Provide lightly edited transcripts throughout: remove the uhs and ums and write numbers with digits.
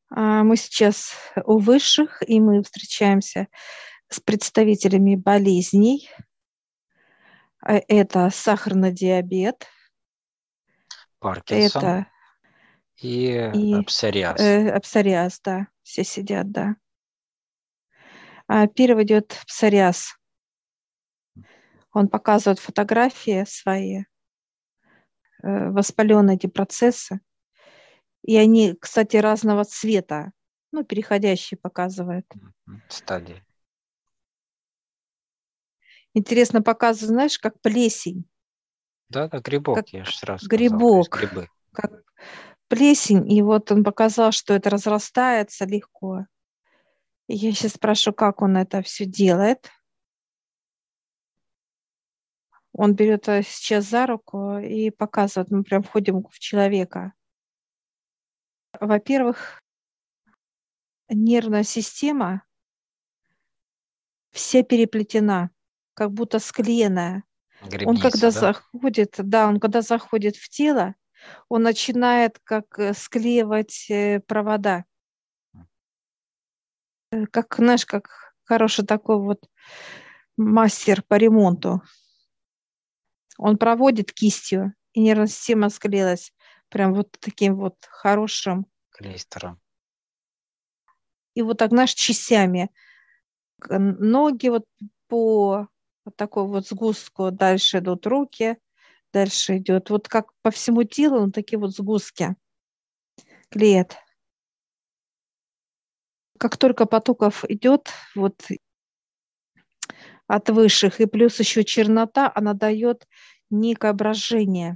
Мы сейчас у высших, и мы встречаемся с представителями болезней. Это сахарный диабет, Паркинсон это и и псориаз. псориаз, да, все сидят, да. Первый идет псориаз. Он показывает фотографии свои, воспаленные эти процессы. И они, кстати, разного цвета, ну, переходящие показывает. Стадии. Интересно показывает, знаешь, как плесень, Да, как грибок, я же сразу сказал, то есть грибок, грибы. как плесень, и вот он показал, что это разрастается легко. И я сейчас спрошу, как он это все делает. Он берет сейчас за руку и показывает, мы прям входим в человека. Во-первых, нервная система вся переплетена, как будто склеенная. Он Грибница, когда да? заходит, да, он когда заходит в тело, он начинает как склеивать провода. Как, знаешь, как хороший такой вот мастер по ремонту. Он проводит кистью, и нервная система склеилась прям вот таким вот хорошим. Клейстером. И вот так, знаешь, частями. Ноги вот по вот такой вот сгустку, дальше идут руки, дальше идет. Вот как по всему телу, вот такие вот сгустки клеят. Как только потоков идет вот от высших, и плюс еще чернота, она дает некое брожение.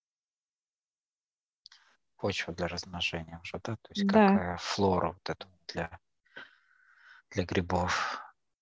Почва для размножения уже, да? То есть Да. как флора вот эту для грибов.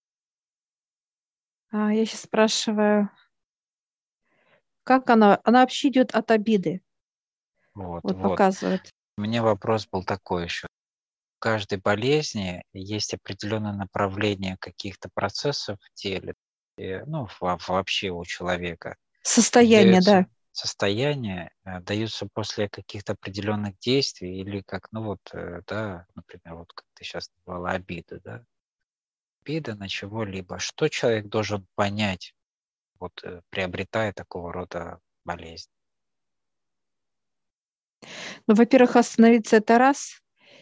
Я сейчас спрашиваю, как она вообще идет от обиды? Вот Вот. показывает. У меня вопрос был такой еще. В каждой болезни есть определенное направление каких-то процессов в теле, ну, вообще у человека. И Состояние, дается да. состояние, даются после каких-то определенных действий или как, ну вот, да, например, вот как ты сейчас назвала обида, да, обида на чего-либо. Что человек должен понять, вот приобретая такого рода болезнь? Ну, во-первых, остановиться это раз.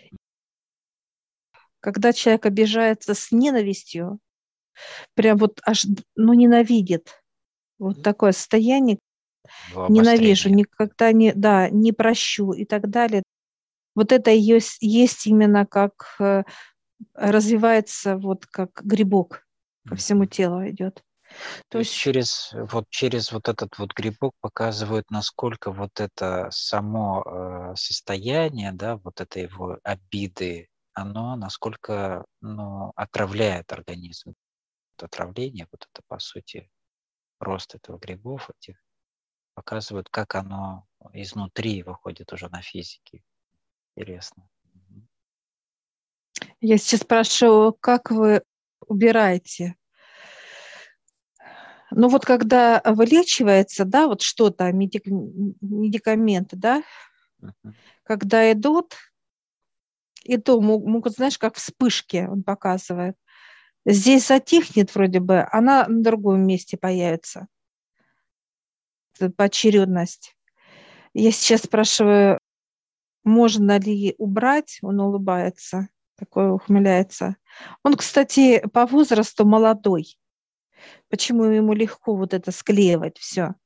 Когда человек обижается с ненавистью, прям вот аж, ну, ненавидит. Вот такое состояние. Его Ненавижу, обострение. никогда не, да, не прощу и так далее. Вот это есть именно как развивается вот как грибок по всему Мгм. телу идет. То То есть есть, через вот этот вот грибок показывают, насколько вот это само состояние, да, вот этой его обиды, оно насколько, ну, отравляет организм. Вот отравление, вот это, по сути, рост этого грибов этих, показывают, как оно изнутри выходит уже на физике. Интересно. Мгм. я сейчас спрашиваю, как вы убираете? Ну вот когда вылечивается, да, вот что-то, медикаменты, да, Мгм. когда идут, и то могут, знаешь, как вспышки он показывает. Здесь затихнет вроде бы, она на другом месте появится. Это поочередность. Я сейчас спрашиваю, можно ли убрать, он улыбается, такой ухмыляется. Он, кстати, по возрасту молодой. Почему ему легко вот это склеивать все?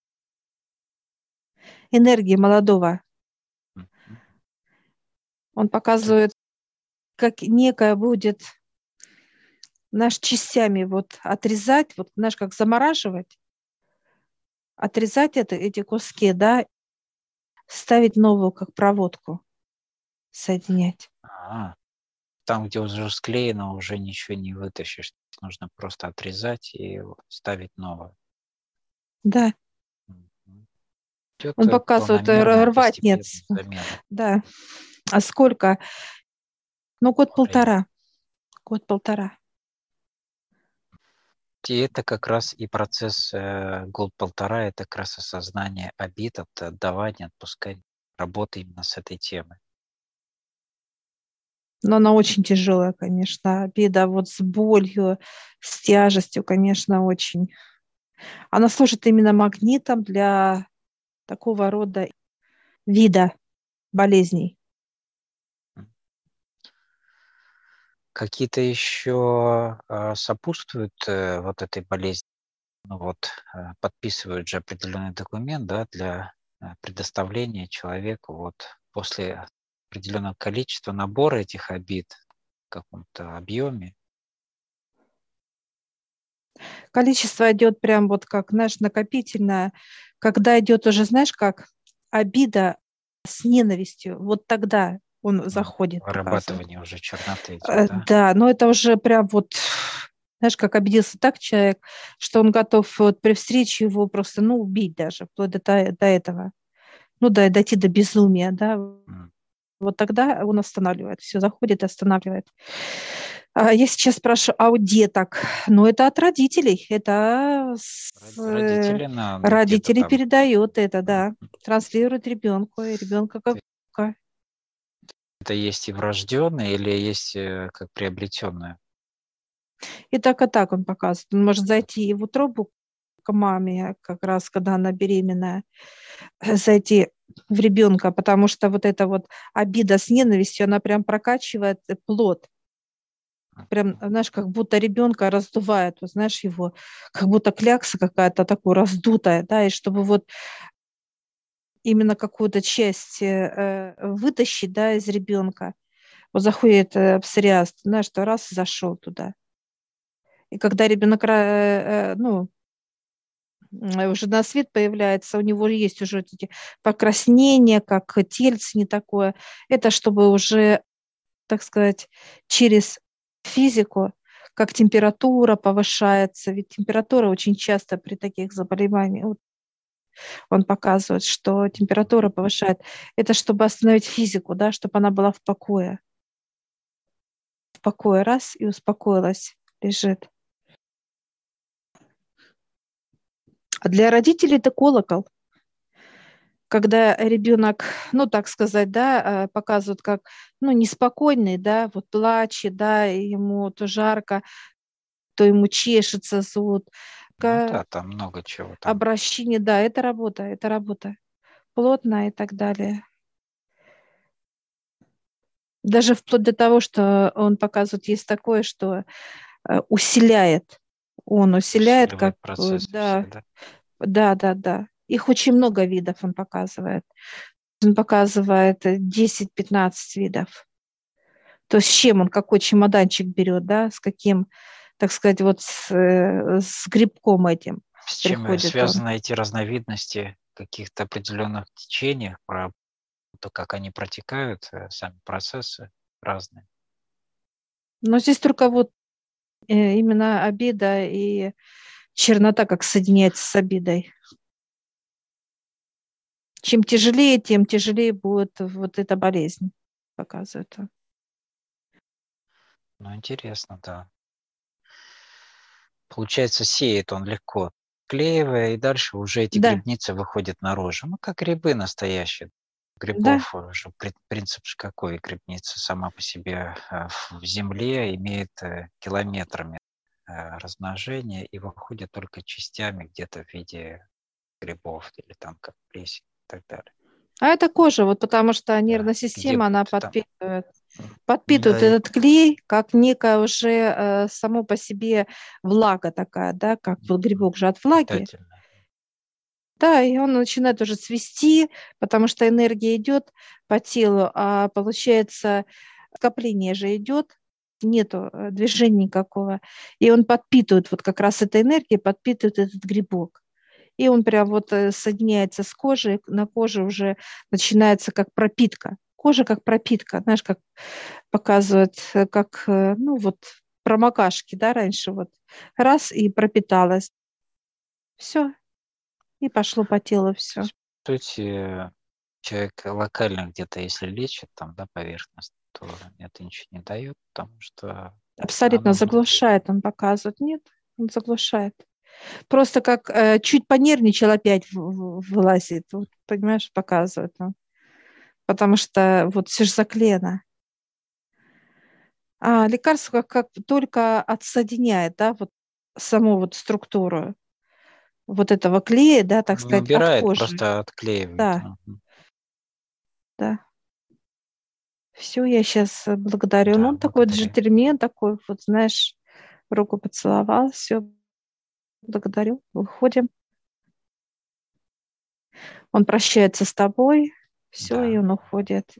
Энергия молодого. Мгм. Он показывает, как некая будет, наш частями вот отрезать, вот, знаешь, как замораживать, отрезать эти куски, да, ставить новую, как проводку, соединять. А, там, где уже склеено, уже ничего не вытащишь. Нужно просто отрезать и ставить новое. Да, Мгм. Идет он показывает, планомерная рвать нет, постепенная замена да. А сколько? Ну, по времени. год-полтора. И это как раз и процесс год-полтора, это как раз осознание обид, отдавания, отпускания, работы именно с этой темой. Но она очень тяжелая, конечно. Обида вот с болью, с тяжестью, конечно, очень. Она служит именно магнитом для такого рода вида болезней. Какие-то еще сопутствуют вот этой болезни? Ну вот подписывают же определенный документ, да, для предоставления человеку вот после определенного количества набора этих обид в каком-то объеме. Количество идет прям вот как, знаешь, накопительное. Когда идет уже, знаешь, как обида с ненавистью, вот тогда он заходит, показывает. Вырабатывание уже черноты идет, да? Да, но это уже прям вот, знаешь, как обиделся так человек, что он готов вот при встрече его просто, ну, убить даже, вплоть до этого. Ну, да, дойти до безумия, да. М. Вот тогда он останавливает, все заходит и останавливает. Я сейчас спрашиваю, а у деток? Ну, это от родителей, это Родители на где-то родители там. передают это, да, транслируют ребенку, и ребенка как Это есть и врожденное, или есть как приобретенное? и так он показывает. Он может зайти и в утробу к маме, как раз когда она беременная, зайти в ребенка, потому что вот эта вот обида с ненавистью, она прям прокачивает плод. Прям, знаешь, как будто ребенка раздувает, вот знаешь, его, как будто клякса какая-то такая раздутая, да, и чтобы вот именно какую-то часть вытащить, да, из ребенка. Вот заходит псориаз, знаешь, что раз и зашел туда. И когда ребенок, ну, уже на свет появляется, у него есть уже вот эти покраснения, как тельце не такое. Это чтобы уже, так сказать, через физику, как температура повышается. Ведь температура очень часто при таких заболеваниях, вот он показывает, что температура повышает. Это чтобы остановить физику, да, чтобы она была в покое. В покое раз и успокоилась, лежит. А для родителей это колокол. Когда ребенок, ну, так сказать, да, показывают как, ну, неспокойный, да, вот плачет, да, и ему то жарко, то ему чешется зуд, Ну да, там много чего там. обращение, да, это работа, плотная и так далее. Даже вплоть до того, что он показывает, есть такое, что усиляет, он усиляет, как, Усиливает процессы все, да, да? да, да, да. Их очень много видов он показывает. Он показывает 10-15 видов. То есть с чем он, какой чемоданчик берет, да, с каким, так сказать, вот с грибком этим С чем приходит он. связаны эти разновидности каких-то определенных течениях, про то, как они протекают, сами процессы разные? Но здесь только вот именно обида и чернота как соединяется с обидой. Чем тяжелее, тем тяжелее будет вот эта болезнь, показывает он. Ну, интересно, да. Получается, сеет он легко, клеивая, и дальше уже эти Да, грибницы выходят наружу. Ну, как грибы настоящие. да. Грибов же принцип же какой? Грибница сама по себе в земле имеет километрами размножения и выходит только частями где-то в виде грибов или там как плесень и так далее. А это кожа, вот потому что Да. нервная Где система, она будто там. подпитывает Да, и этот клей, как некая уже само по себе влага такая, да, как вот грибок же от влаги. питательно. Да, и он начинает уже цвести, потому что энергия идет по телу, а получается скопление же идет, нету движения никакого. И он подпитывает, вот как раз эта энергия подпитывает этот грибок. И он прям вот соединяется с кожей, на коже уже начинается как пропитка. Кожа как пропитка, знаешь, как показывают, как, ну вот, промокашки, да, раньше вот раз и пропиталась. Все, и пошло по телу То все. есть, по сути, человек локально где-то, если лечит там, да, поверхность, то это ничего не дает, потому что Абсолютно оно заглушает, он показывает. Нет, он заглушает. Просто как чуть понервничал, опять вылазит. Вот, понимаешь, показывает он. Потому что вот все же заклеено. А лекарство как только отсоединяет, да, вот саму вот структуру вот этого клея, да, так Не сказать, от убирает, кожи. просто отклеивает. Да, да. Все, я сейчас благодарю. Ну, Да, он такой благодарю. джентльмен, такой вот, знаешь, руку поцеловал, все, благодарю, выходим. Он прощается с тобой, все, и Да. он уходит.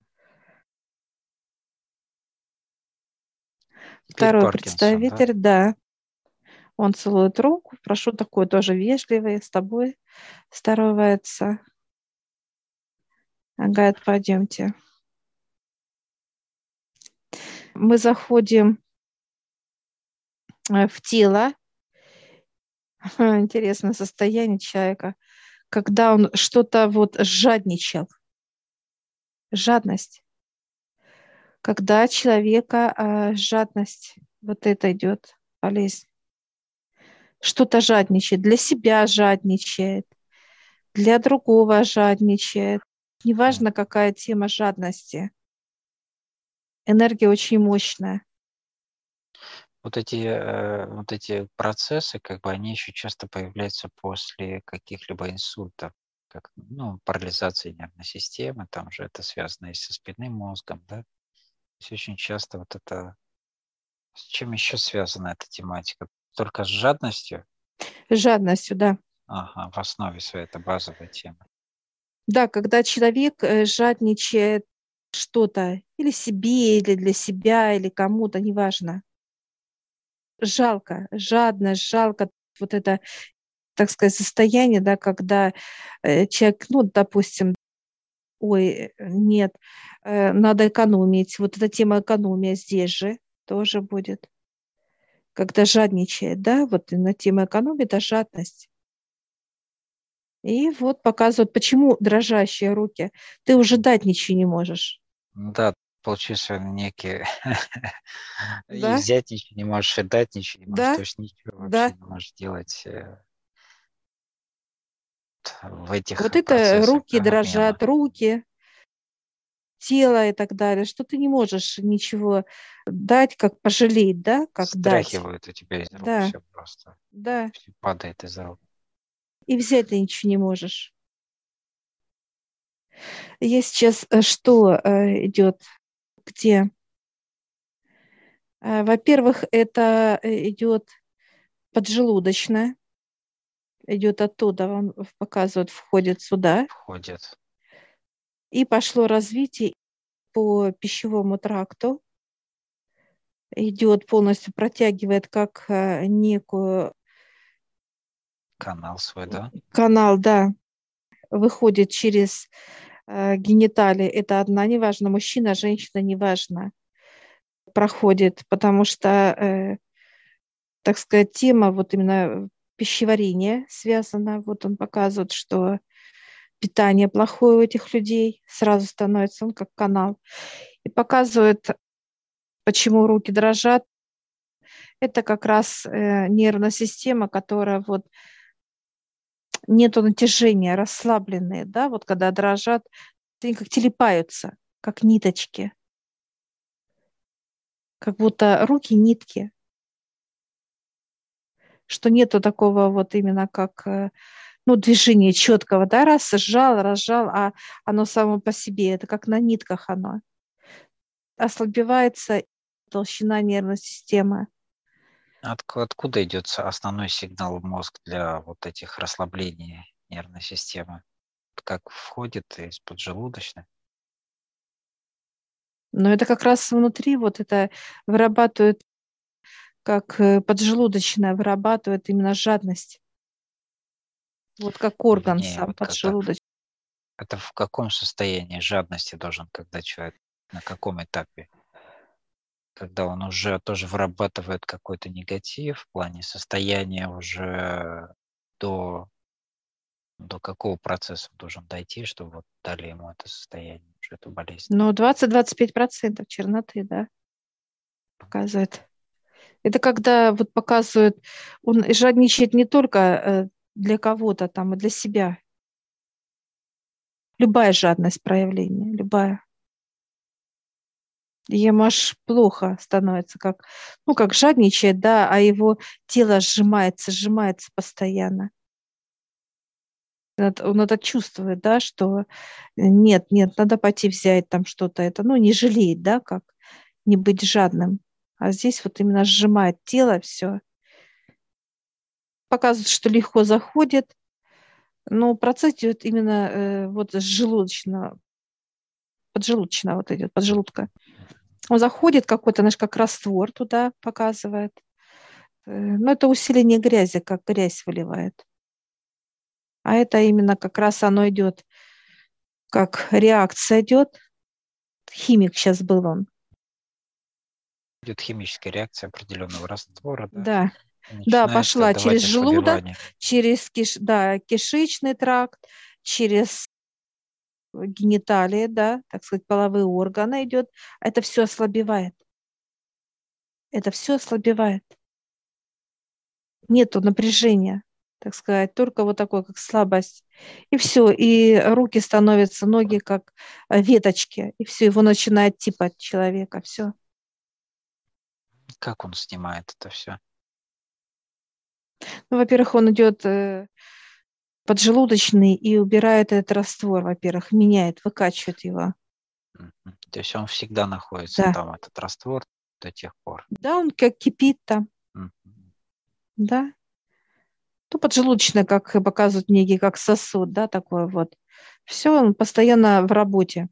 Теперь Второй Паркинсон, да? представитель, да, он целует руку, прошу, такой тоже вежливый, с тобой здоровается. Говорит, пойдемте. Мы заходим в тело. Интересное состояние человека, когда он что-то вот жадничал. Жадность. Когда человека жадность, вот это идет болезнь. Что-то жадничает, для себя жадничает, для другого жадничает. Неважно, какая тема жадности. Энергия очень мощная. Вот эти процессы, как бы, они еще часто появляются после каких-либо инсультов, как, ну, парализации нервной системы, там же это связано и со спинным мозгом, да. То есть очень часто вот это... С чем еще связана эта тематика? Только с жадностью? Жадностью, да. Ага, в основе своей это базовая тема. Да, когда человек жадничает что-то или себе, или для себя, или кому-то, неважно. Жалко, жадность, жалко вот это, так сказать, состояние, да, когда человек, ну, допустим, ой, нет, надо экономить. Вот эта тема экономия здесь же тоже будет. Когда жадничает, да, вот на тему экономии, это жадность. И вот показывают, почему дрожащие руки. Ты уже дать ничего не можешь. Да, получился некий... И Да, взять ничего не можешь, и дать ничего не можешь. да, То есть ничего вообще да. не можешь делать в этих Вот это процессах, руки да, обмена. дрожат, руки, тело и так далее, что ты не можешь ничего дать, как пожалеть, да, как дать. Стряхивают у тебя из рук Да, все просто. да. Все падает из рук. И взять ты ничего не можешь. Я сейчас что идет, где? Во-первых, это идет поджелудочная, идет оттуда, он показывает, входит сюда, Входит. и пошло развитие по пищевому тракту, идет полностью, протягивает как некую Канал свой, да? канал, да, выходит через гениталии, это одна, неважно, мужчина, женщина, неважно, проходит, потому что, так сказать, тема вот именно пищеварения связана, вот он показывает, что питание плохое у этих людей, сразу становится он как канал, и показывает, почему руки дрожат, это как раз нервная система, которая вот нету натяжения, расслабленные, да, вот когда дрожат, они как телепаются, как ниточки, как будто руки нитки, что нету такого вот именно как, ну, движения четкого, да, раз сжал, разжал, а оно само по себе, это как на нитках оно. Ослабевается толщина нервной системы. Откуда идет основной сигнал в мозг для вот этих расслаблений нервной системы? Как входит из поджелудочной? Но это как раз внутри вот это вырабатывает, как поджелудочная вырабатывает именно жадность. Вот как орган Вне, сам вот когда... поджелудочный. Это в каком состоянии жадности должен, когда человек, на каком этапе? Когда он уже тоже вырабатывает какой-то негатив в плане состояния уже до, до какого процесса он должен дойти, чтобы вот дали ему это состояние, уже эту болезнь. Но 20-25% черноты, да, показывает. Это когда вот показывают, он жадничает не только для кого-то там, и для себя. Любая жадность проявления, любая. Ему аж плохо становится, как жадничает, да, а его тело сжимается постоянно. Он это чувствует, да, что нет, надо пойти взять там что-то, не жалеет, да, как не быть жадным. А здесь вот именно сжимает тело все, показывает, что легко заходит, но процесс идет именно вот с поджелудочного вот идет, поджелудка. Он заходит какой-то, знаешь, как раствор туда показывает. Но это усиление грязи, как грязь выливает. А это именно как раз оно идет, как реакция идет. Химик сейчас был он. Идет химическая реакция определенного раствора, да, Да, и да, начинает пошла через давать желудок, ослабевание. через кишечный тракт, через гениталии, да, так сказать, половые органы идет. Это все ослабевает. Это все ослабевает. Нету напряжения, так сказать, только вот такой, как слабость. И все, и руки становятся, ноги как веточки, и все, его начинает типать человека, все. Как он снимает это все? Ну, во-первых, он идет поджелудочный и убирает этот раствор, во-первых, меняет, выкачивает его. То есть он всегда находится Да, там, этот раствор, до тех пор. да, он как кипит там, Мгм. да. То поджелудочный, как показывают некий, как сосуд, да, такой вот. Все, он постоянно в работе.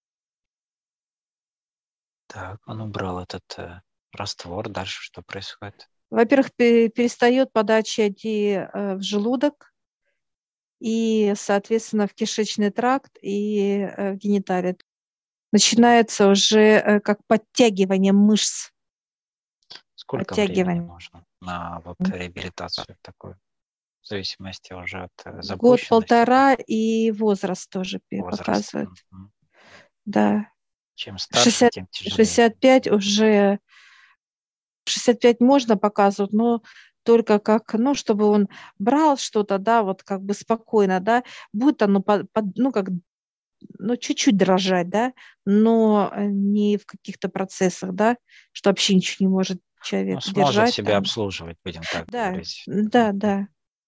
Так, он убрал этот раствор. Дальше что происходит? Во-первых, перестает подача идти в желудок и, соответственно, в кишечный тракт и в гениталии. Начинается уже как подтягивание мышц. Сколько времени Подтягивание. нужно на вот реабилитацию такую? В зависимости уже от запущенности, да, Год-полтора и возраст тоже возраста. показывает. Мгм. Да. Чем старше, 60, тем тяжелее. 65 уже, 65 можно показывать, но только как, чтобы он брал что-то, да, вот как бы спокойно, да, будет оно, как, чуть-чуть дрожать, да, но не в каких-то процессах, да, что вообще ничего не может Ну, человек сможет держать себя там. обслуживать, будем так Да, говорить. да, да.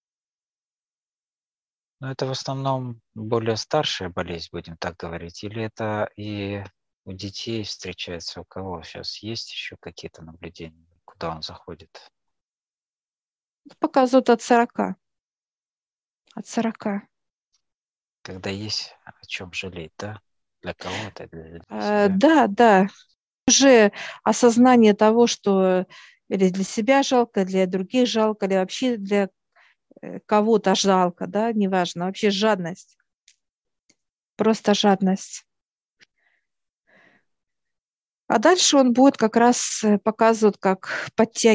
Но это в основном более старшая болезнь, будем так говорить, или это и у детей встречается, у кого сейчас есть еще какие-то наблюдения, куда он заходит? Показывают от 40. От 40. Когда есть о чем жалеть, да? Для кого-то, для себя. Да, да. Уже осознание того, что или для себя жалко, для других жалко, или вообще для кого-то жалко, да, неважно, вообще жадность, просто жадность. А дальше он будет как раз показывать, как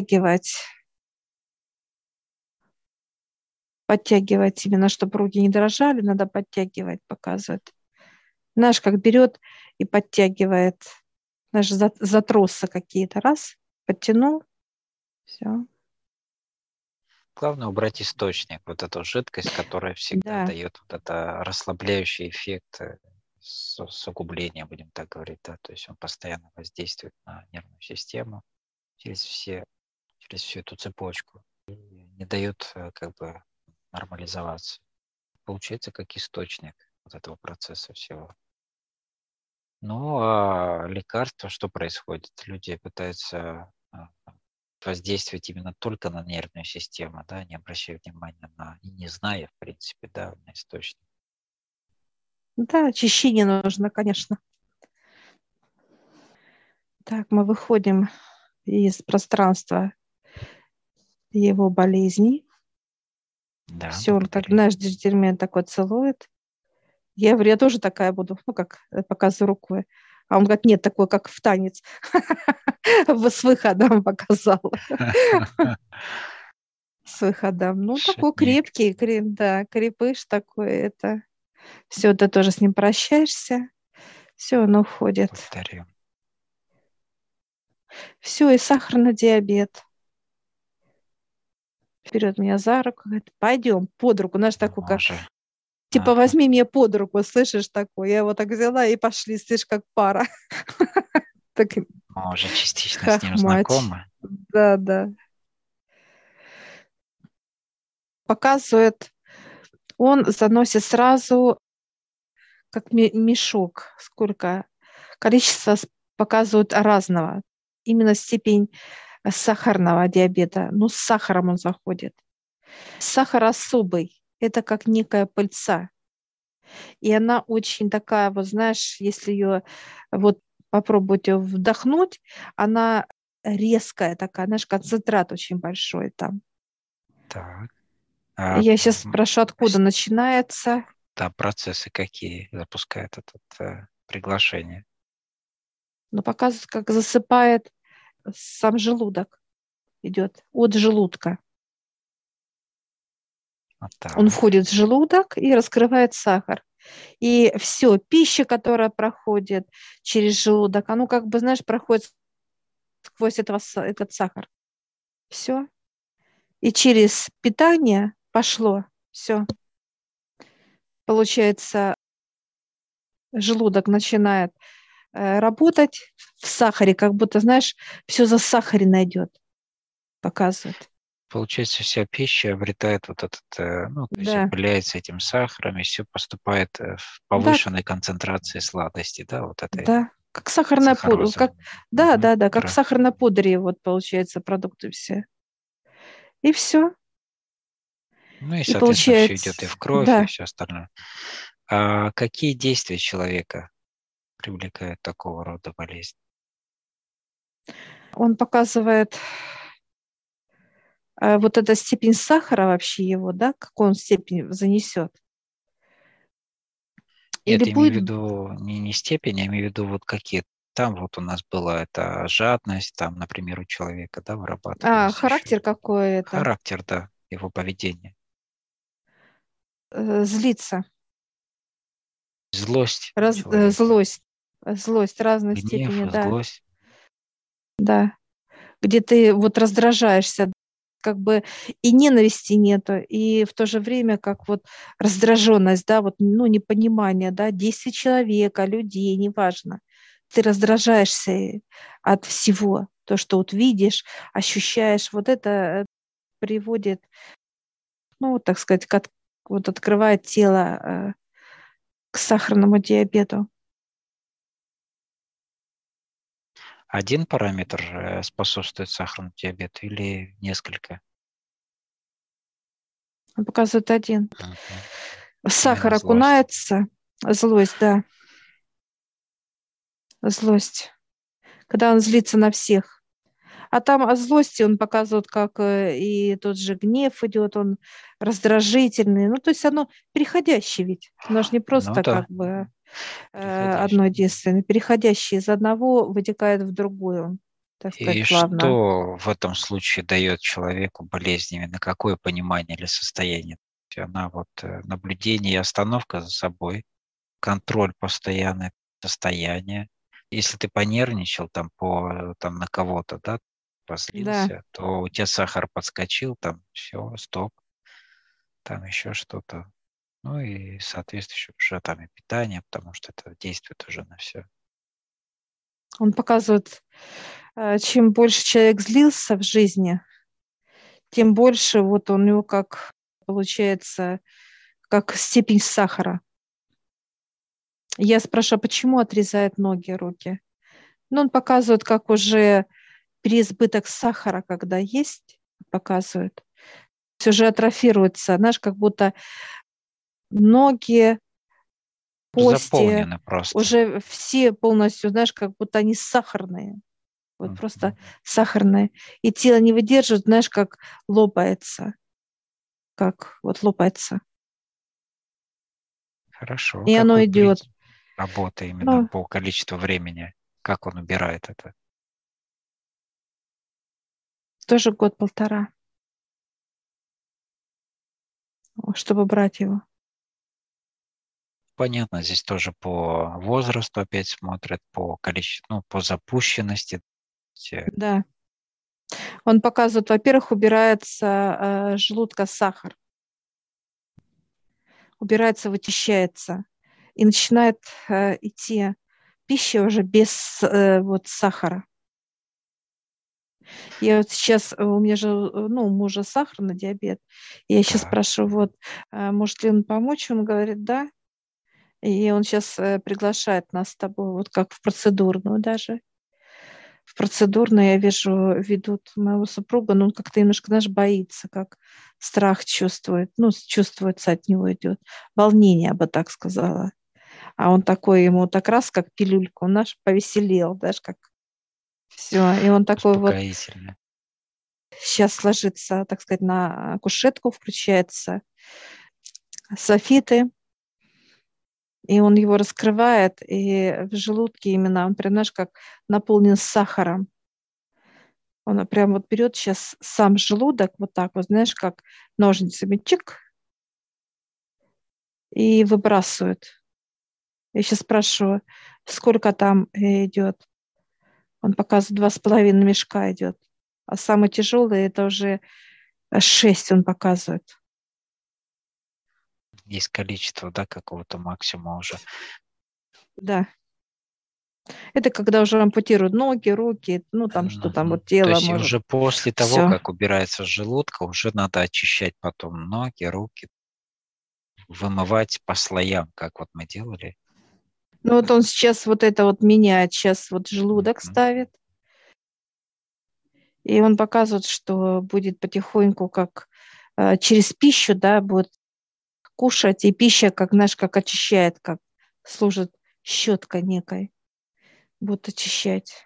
подтягивать именно, чтобы руки не дрожали, надо подтягивать, показывает. Знаешь, как берет и подтягивает, знаешь, за тросы какие-то, раз, подтянул, все. Главное убрать источник, вот эту жидкость, которая всегда Да, дает вот это расслабляющий эффект, с углубления, будем так говорить, да, то есть он постоянно воздействует на нервную систему через всю эту цепочку и не дает как бы нормализоваться. Получается как источник вот этого процесса всего. Ну, а лекарства, что происходит? Люди пытаются воздействовать именно только на нервную систему, да, не обращая внимания и не зная, в принципе, да, на источник. да, очищение нужно, конечно. Так, мы выходим из пространства его болезней. Да, Все, он как благодарю. наш джентльмен такой целует. Я говорю, я тоже такая буду, как показываю рукой. А он говорит, нет, такой, как в танец. С выходом показал. С выходом. Ну, такой Шутник. крепкий, да, крепыш такой. Это все, ты тоже с ним прощаешься. Все, он уходит. Благодарю. Все, и сахарный диабет. Берет меня за руку, говорит, пойдем под руку. Наш такой, как, Уже. типа, Ага. возьми меня под руку, слышишь, такой. Я его так взяла и пошли, слышишь, как пара. Так, Мы уже частично с ним хахмач. знакомы. Да, да. Показывает, он заносит сразу как мешок. Сколько? Количество показывают разного. Именно степень сахарного диабета. Ну, с сахаром он заходит. Сахар особый. Это как некая пыльца. И она очень такая, вот знаешь, если ее вот попробовать ее вдохнуть, она резкая такая, знаешь, концентрат очень большой там. Так. А Я сейчас спрошу, откуда с- начинается. да, процессы какие запускает это приглашение? Но показывает, как засыпает сам желудок. Идет от желудка. Вот Он так. входит в желудок и раскрывает сахар. И все, пища, которая проходит через желудок, оно как бы, знаешь, проходит сквозь этот сахар. Все. И через питание пошло. Все. Получается, желудок начинает работать в сахаре, как будто, знаешь, все засахарено идет, показывает. Получается, вся пища обретает вот этот, ну, то есть Да, опыляется этим сахаром, и все поступает в да, повышенной концентрации сладости, да, вот этой да. Как сахарная пудра. сахарозы. Как, да, Мгм. да, да, как в сахарной пудре вот получается продукты все. И все. Ну и, И соответственно, все идет и получается, в кровь, и да, все остальное. А какие действия человека привлекают такого рода болезнь? он показывает вот эта степень сахара вообще его, да, какую он степень занесет. Или Нет, я имею в будет, виду не степень, я имею в виду вот какие. Там вот у нас была эта жадность, там, например, у человека, да, вырабатывалось еще. характер какой это, Характер, да, его поведение. злиться, Злость человека. злость, злость разной Гнев, степени, да, злость. да, где ты вот раздражаешься, как бы и ненависти нету, и в то же время как вот раздраженность, да, вот, ну, непонимание, да, действий человека, людей, неважно. Ты раздражаешься от всего, то, что вот видишь, ощущаешь, вот это приводит, ну, вот, так сказать, вот открывает тело к сахарному диабету. Один параметр способствует сахарному диабету или несколько? Он показывает один. Мгм. Сахар Именно злость. окунается, злость, да, злость, когда он злится на всех. А там о злости он показывает, как и тот же гнев идет, он раздражительный. Ну, то есть оно переходящее ведь. Оно же не Ну просто как да, бы одно приходящее. единственное. Переходящее из одного вытекает в другую, так сказать, И плавно. что в этом случае дает человеку болезнь, именно какое понимание или состояние? То есть она вот наблюдение и остановка за собой, контроль постоянное состояние. Если ты понервничал там там на кого-то, да, Да, позлился, то у тебя сахар подскочил, там все, стоп, там еще что-то. Ну и соответствующее уже там и питание, потому что это действует уже на все. он показывает, чем больше человек злился в жизни, тем больше вот у него как получается, как степень сахара. Я спрашиваю, а почему отрезает ноги, руки? Ну, он показывает, как уже переизбыток сахара, когда есть, показывает, то есть уже атрофируется, знаешь, как будто ноги, кости, Заполнены просто. уже все полностью, знаешь, как будто они сахарные, вот просто Мгм. сахарные. И тело не выдерживает, знаешь, как лопается, как вот лопается. Хорошо. И оно Какой идет. принцип работы именно Ну, по количеству времени? Как он убирает это? тоже год-полтора, чтобы брать его. Понятно, здесь тоже по возрасту опять смотрят, по количеству, ну, по запущенности. Да. Он показывает, во-первых, убирается желудка сахар, убирается, вычищается, и начинает идти пища уже без вот сахара. Я вот сейчас, у меня же, ну, у мужа сахарный диабет. Я сейчас Так, спрашиваю, вот, может ли он помочь? Он говорит, да. И он сейчас приглашает нас с тобой, вот как в процедурную даже. В процедурную я вижу, ведут моего супруга, но он как-то немножко, знаешь, боится, как страх чувствует, ну, чувствуется от него идет. Волнение, я бы так сказала. А он такой, ему так раз, как пилюльку, он наш повеселел, даже как все. И он такой вот успокоительное. сейчас ложится, так сказать, на кушетку, включается софиты, и он его раскрывает, и в желудке именно, он прям, знаешь, как наполнен сахаром. Он прям вот берет сейчас сам желудок, вот так вот, знаешь, как ножницами, чик, и выбрасывает. Я сейчас спрашиваю, сколько там идет. Он показывает 2,5 мешка идет. А самый тяжелый это уже 6 он показывает. Есть количество, да, какого-то максимума уже. Да. Это когда уже ампутируют ноги, руки, ну там что там, Мгм. вот То тело есть может. уже после того, Все. как убирается с желудка, уже надо очищать потом ноги, руки, вымывать по слоям, как вот мы делали. Ну вот он сейчас вот это вот меняет, сейчас вот желудок Мгм. ставит, и он показывает, что будет потихоньку, как через пищу, да, будет кушать, и пища, как, знаешь, как очищает, как служит щеткой некой, будет очищать.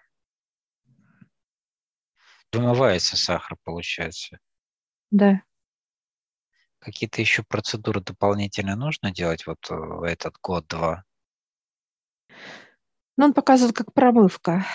Вымывается сахар, получается. Да. Какие-то еще процедуры дополнительно нужно делать вот в этот год-два? Но он показывает, как промывка.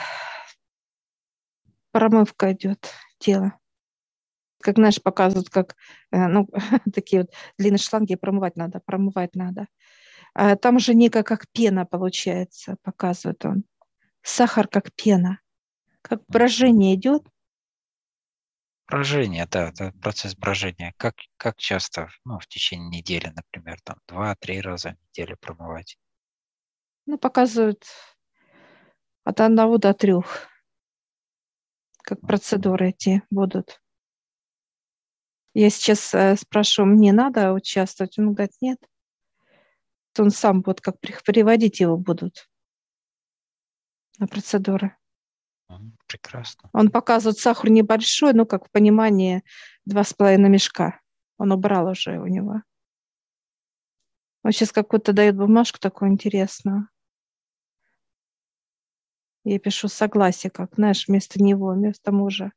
Промывка идет тела. Как, знаешь, показывают, как, ну, такие вот длинные шланги промывать надо. А там уже некая как пена получается, показывает он. Сахар как пена, как Мгм. брожение идет. Брожение, да, это процесс брожения. Как часто, ну, в течение недели, например, там 2-3 раза в неделю промывать? Ну, показывают от 1 до 3, как Мгм. процедуры эти будут. Я сейчас спрашиваю, мне надо участвовать? Он говорит, нет. Он сам вот как приводить его будут на процедуры. Прекрасно. Он показывает сахар небольшой, ну, как в понимании 2,5 мешка. Он убрал уже у него. Он сейчас какую-то дает бумажку такую интересную. Я пишу согласие, как, знаешь, вместо него, вместо мужа.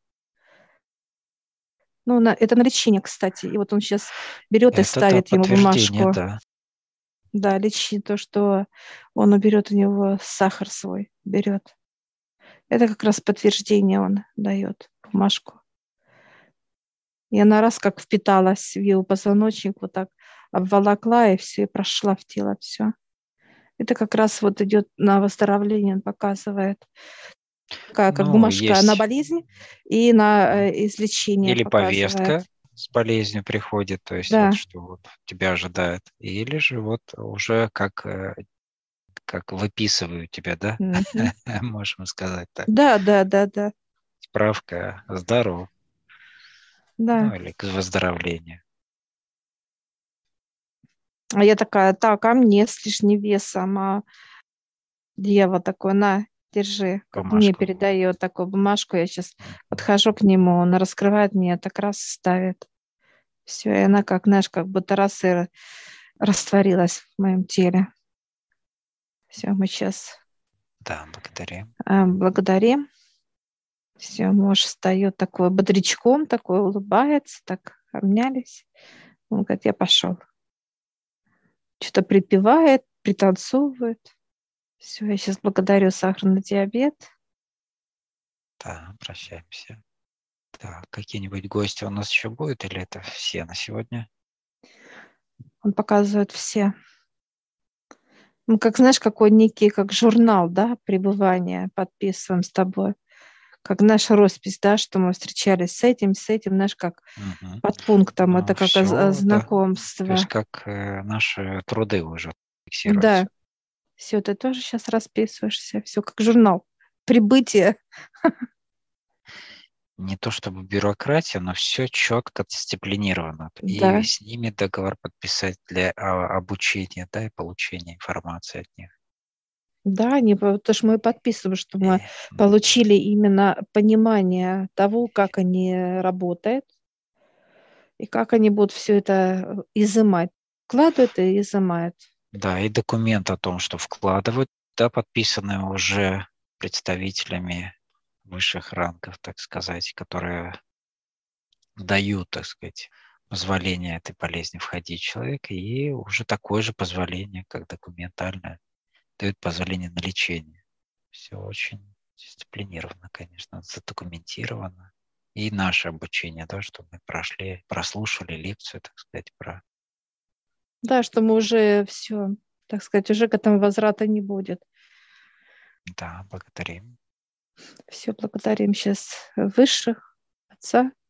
Ну, это на лечение, кстати. И вот он сейчас берет и Это да, ставит ему подтверждение, бумажку. да. Да, лечи то, что он уберет у него сахар свой, берет. Это как раз подтверждение он дает, бумажку. И она раз как впиталась в его позвоночник, вот так обволокла, и все, и прошла в тело все. Это как раз вот идет на выздоровление, он показывает. Такая как Ну, бумажка на есть болезнь и на излечение или показывает. повестка с болезнью приходит, то есть вот Да. что вот тебя ожидает, или же вот уже как выписывают тебя, да, Мгм. можем сказать так. Да, да, да, да, Справка здоров, да. ну или к выздоровлению. А я такая, так, а мне с лишним весом, а дьявол такой, на, держи, как мне Бумажку. передает такую бумажку, я сейчас Мгм. подхожу к нему, он раскрывает мне, так раз ставит. Все, и она как, знаешь, как будто раз и растворилась в моем теле. Все, мы сейчас Да, благодарим. благодарим. Все, муж встает такой бодрячком, такой улыбается, так обнялись. Он говорит, я пошел. Что-то припевает, пританцовывает. Все, я сейчас благодарю сахарный диабет. Да, прощаемся. Так, какие-нибудь гости у нас еще будут, или это все на сегодня? Он показывает все. Ну, как знаешь, какой некий, как журнал, да, пребывания подписываем с тобой. Как наша роспись, да, что мы встречались с этим, знаешь, как Мгм. под пунктом, Ну, это как все, да. То есть знакомство. как наши труды уже Да, фиксируются. Все, ты тоже сейчас расписываешься, все как журнал. Прибытие. Не то чтобы бюрократия, но все четко дисциплинировано. И Да, с ними договор подписать для обучения, да, и получения информации от них. да, не, потому что мы подписываем, что мы И, получили именно понимание того, как они работают и как они будут все это изымать. Вкладывают и изымают. да, и документ о том, что вкладывают, да, подписанные уже представителями высших рангов, так сказать, которые дают, так сказать, позволение этой болезни входить в человека, и уже такое же позволение, как документальное, дают позволение на лечение. Все очень дисциплинировано, конечно, задокументировано. И наше обучение, да, что мы прошли, прослушали лекцию, так сказать, про... Да, что мы уже все, так сказать, уже к этому возврата не будет. Да, благодарим. Все благодарим сейчас высших, Отца,